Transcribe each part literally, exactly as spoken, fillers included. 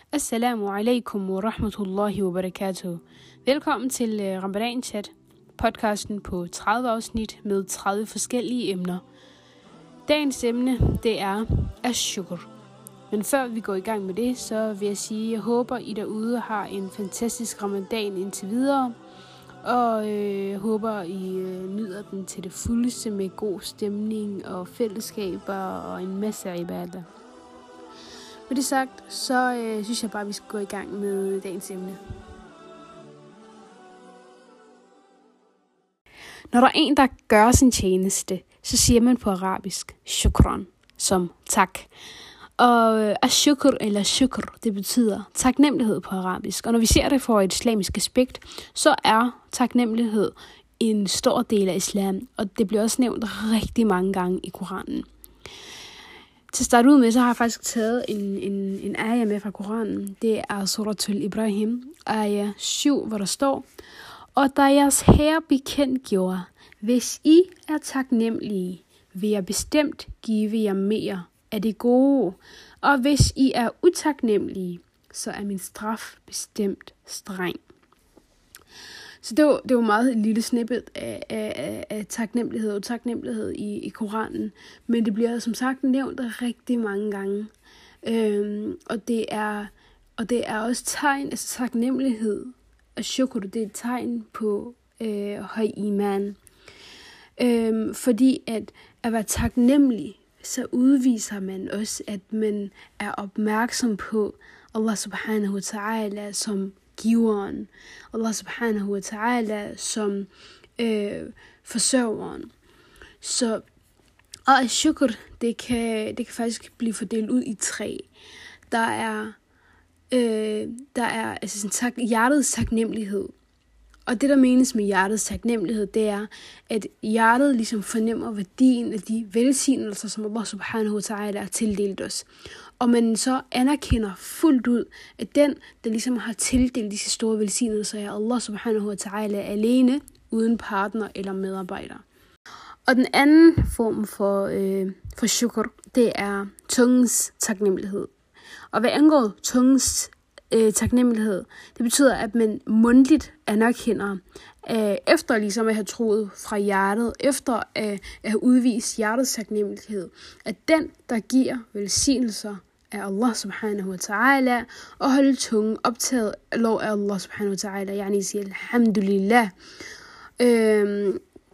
Assalamu alaikum wa rahmatullahi wa barakatuh. Velkommen til uh, Ramadan Chat, podcasten på tredive afsnit med tredive forskellige emner. Dagens emne, det er ash-shukr. Men før vi går i gang med det, så vil jeg sige, at jeg håber, I derude har en fantastisk Ramadan indtil videre. Og øh, jeg håber, I øh, nyder den til det fuldeste med god stemning og fællesskaber og en masse ibadah. Med det sagt, så øh, synes jeg bare, at vi skal gå i gang med dagens emne. Når der er en, der gør sin tjeneste, så siger man på arabisk shukran, som tak. Og øh, ash-shukr eller shukr, det betyder taknemmelighed på arabisk. Og når vi ser det fra et islamisk aspekt, så er taknemmelighed en stor del af islam. Og det bliver også nævnt rigtig mange gange i Koranen. Til at starte ud med, så har jeg faktisk taget en, en, en ayah med fra Koranen. Det er Suratul Ibrahim, ayah syv, hvor der står: Og da jeres herre bekendtgjorde, hvis I er taknemmelige, vil jeg bestemt give jer mere af det gode. Og hvis I er utaknemmelige, så er min straf bestemt streng. Så det var, det var meget et lille snippet af, af, af taknemmelighed og utaknemmelighed i, i Koranen. Men det bliver som sagt nævnt rigtig mange gange. Øhm, og, det er, og det er også tegn, altså taknemmelighed og shukr, det er et tegn på øh, høj iman. Øhm, fordi at, at være taknemmelig, så udviser man også, at man er opmærksom på Allah subhanahu wa ta'ala som giveren, Allah subhanahu wa ta'ala som øh, forsørgeren. Så og shukr, det kan, det kan faktisk blive fordelt ud i tre. Der er, øh, der er altså sådan tak, hjertets taknemmelighed. Og det, der menes med hjertets taknemmelighed, det er, at hjertet ligesom fornemmer værdien af de velsignelser, som Allah subhanahu wa ta'ala har tildelt os. Og man så anerkender fuldt ud, at den, der ligesom har tildelt disse store velsignelser, er Allah subhanahu wa ta'ala alene, uden partner eller medarbejder. Og den anden form for, øh, for shukr, det er tungens taknemmelighed. Og hvad angår tungens øh, taknemmelighed, det betyder, at man mundtligt anerkender, øh, efter ligesom at have troet fra hjertet, efter øh, at have udvist hjertets taknemmelighed, at den, der giver velsignelser, er Allah subhanahu wa ta'ala, og holde tungen optaget af lov af Allah subhanahu wa ta'ala, yani siger alhamdulillah. Øhm,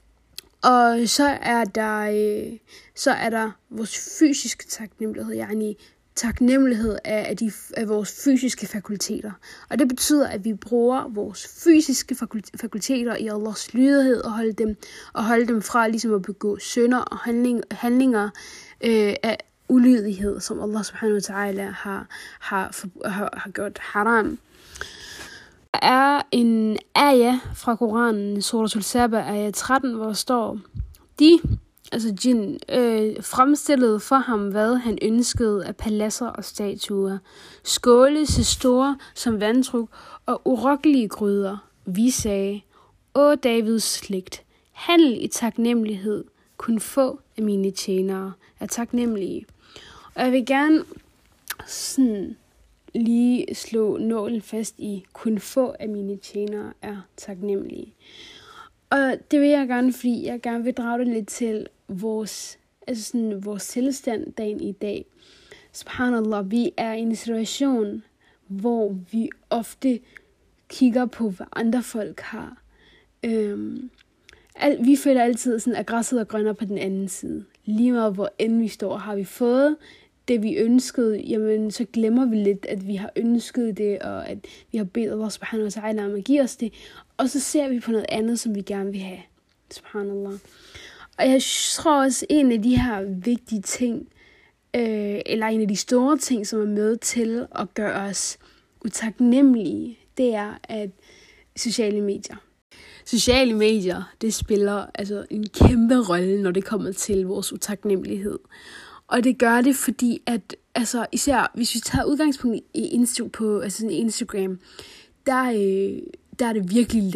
og så er der øh, så er der vores fysiske taknemmelighed, yani taknemmelighed af, af, de, af vores fysiske fakulteter. Og det betyder, at vi bruger vores fysiske fakulteter i Allahs lydighed og holde dem, og holde dem fra ligesom at begå synder og handling, handlinger øh, af ulydighed, som Allah subhanahu wa ta'ala har, har, har, har gjort haram. Der er en ayah fra Koranen, Suratul Saba, ayah tretten, hvor der står: De, altså jinn, øh, fremstillede for ham, hvad han ønskede af paladser og statuer, skåle så store som vandtruk og urokkelige gryder. Vi sagde: Å Davids slægt, handel i taknemmelighed, kun få af mine tjenere er taknemmelige. Og jeg vil gerne sådan lige slå nålen fast i, kun få af mine tjenere er taknemmelige. Og det vil jeg gerne, fordi jeg gerne vil drage det lidt til vores, altså sådan, vores tilstand dagen i dag. Subhanallah, vi er i en situation, hvor vi ofte kigger på, hvad andre folk har. Øhm, al, vi føler altid sådan, at græsset er grønnere på den anden side. Lige meget hvor end vi står, har vi fået det, vi ønskede, jamen så glemmer vi lidt, at vi har ønsket det, og at vi har bedt Allah subhanahu wa ta'ala om at give os det. Og så ser vi på noget andet, som vi gerne vil have. Subhanallah. Og jeg tror også, en af de her vigtige ting, øh, eller en af de store ting, som er med til at gøre os utaknemmelige, det er, at sociale medier. Sociale medier, det spiller altså en kæmpe rolle, når det kommer til vores utaknemmelighed. Og det gør det, fordi at, altså især hvis vi tager udgangspunkt i Insta, på altså Instagram, der, øh, der er det virkelig let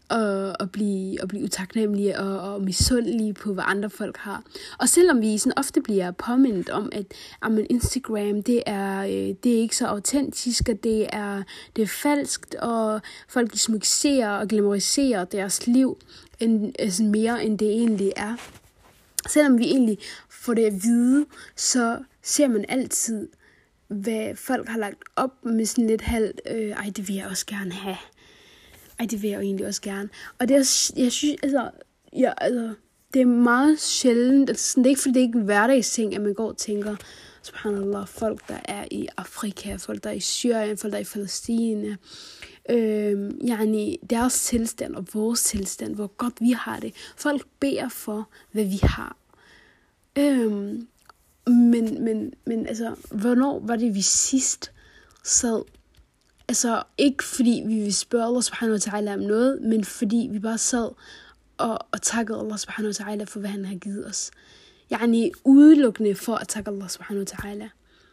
at, at, blive, at blive utaknemmelige og, og misundelige på, hvad andre folk har. Og selvom vi sådan ofte bliver påmindet om, at amen, Instagram, det er, det er ikke så autentisk, og det er, det er falskt, og folk smukkeriserer og glamoriserer deres liv end, altså mere, end det egentlig er. Selvom vi egentlig får det at vide, så ser man altid, hvad folk har lagt op med sådan lidt halvt, øh, ej, det vil jeg også gerne have. Ej, det vil jeg jo egentlig også gerne. Og det er, jeg synes, altså, ja, altså, det er meget sjældent, altså, det er ikke, fordi det er ikke en hverdagsting, at man går og tænker, subhanallah, folk, der er i Afrika, folk, der er i Syrien, folk, der er i Palæstina, øh, yani, deres tilstand og vores tilstand, hvor godt vi har det. Folk beder for, hvad vi har. Øh, men, men, men, altså, hvornår var det, vi sidst sad? Altså, ikke fordi vi vil spørge Allah subhanahu wa ta'ala om noget, men fordi vi bare sad og, og takkede Allah subhanahu wa ta'ala for, hvad han har givet os. Yani udelukkende for at takke Allah subhanahu wa ta'ala.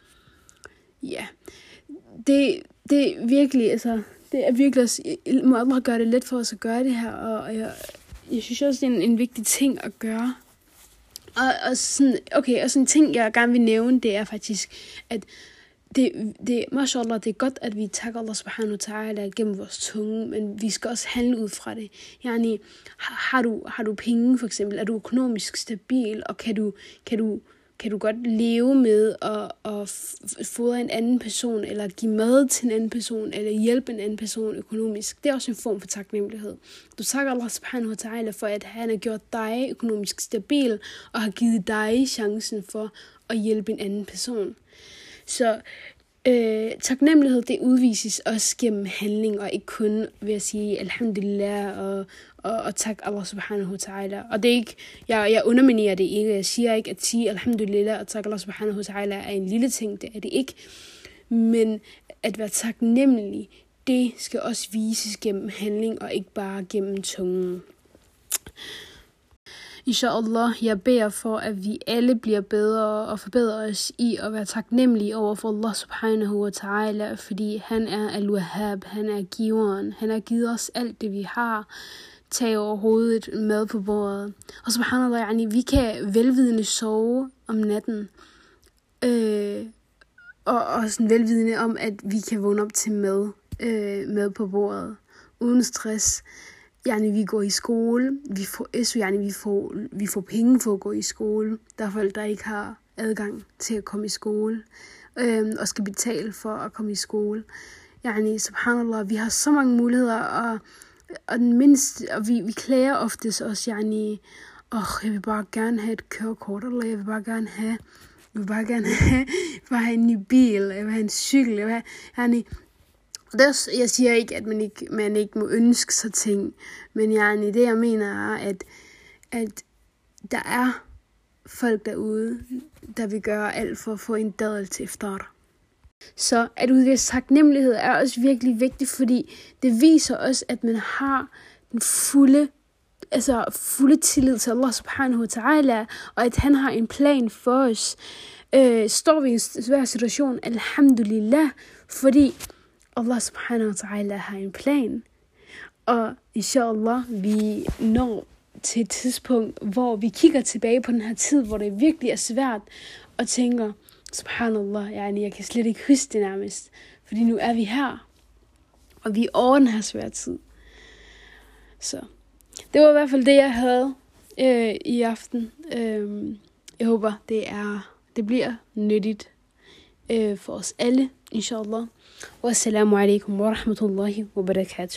Ja, det, det er virkelig, altså, det er virkelig også, må Allah gøre det let for os at gøre det her, og jeg, jeg synes også, det er en, en vigtig ting at gøre. Og, og sådan, okay, og sådan en ting, jeg gerne vil nævne, det er faktisk, at Det, det, mashallah, det er godt, at vi takker Allah subhanahu wa ta'ala gennem vores tunge, men vi skal også handle ud fra det. Yani, har du, har du penge, for eksempel, er du økonomisk stabil, og kan du, kan du, kan du godt leve med at, at fodre en anden person, eller give mad til en anden person, eller hjælpe en anden person økonomisk. Det er også en form for taknemmelighed. Du takker Allah subhanahu wa ta'ala for, at han har gjort dig økonomisk stabil, og har givet dig chancen for at hjælpe en anden person. Så øh, taknemmelighed, det udvises også gennem handling, og ikke kun ved at sige alhamdulillah og, og, og tak Allah subhanahu wa ta'ala. Og det er ikke, jeg, jeg underminerer det ikke. Jeg siger ikke, at sige alhamdulillah og tak Allah subhanahu wa ta'ala er en lille ting. Det er det ikke. Men at være taknemmelig, det skal også vises gennem handling, og ikke bare gennem tungen. Inshallah, jeg beder for, at vi alle bliver bedre og forbedrer os i at være taknemmelige over for Allah subhanahu wa ta'ala, fordi han er al-Wahhab, han er giveren, han har givet os alt det vi har, tag over hovedet, mad på bordet. Og subhanallah, yani, vi kan velvidende sove om natten, øh, og, og sådan velvidende om, at vi kan vågne op til mad, øh, mad på bordet, uden stress. Yani, vi går i skole, vi får S U, yani, vi får, vi får penge for at gå i skole. Der er folk, der ikke har adgang til at komme i skole, øhm, og skal betale for at komme i skole. Yani, subhanallah, vi har så mange muligheder, og, og, den mindste, og vi, vi klager oftest også, yani, åh, oh, jeg vil bare gerne have et kørekort, eller jeg vil bare gerne have, jeg vil bare gerne have, jeg vil bare have en ny bil, jeg vil have en cykel, jeg vil have, yani, det er, jeg siger ikke, at man ikke, man ikke må ønske sig ting, men yani, det jeg mener er, at, at der er folk derude, der vil gøre alt for at få en dadel til iftar. Så at udvise taknemmelighed er også virkelig vigtigt, fordi det viser også, at man har den fulde, altså fulde tillid til Allah subhanahu wa ta'ala, og at han har en plan for os. Øh, står vi i en svær situation, alhamdulillah, fordi Allah subhanahu wa ta'ala har en plan, og inshallah, vi når til et tidspunkt, hvor vi kigger tilbage på den her tid, hvor det virkelig er svært, og tænker, subhanallah, yani, jeg kan slet ikke huske det nærmest, fordi nu er vi her, og vi er over den her svære tid. Så det var i hvert fald det, jeg havde øh, i aften. Øh, jeg håber, det er, det bliver nyttigt øh, for os alle, inshallah. Wassalamu alaikum wa rahmatullahi wa barakatuh.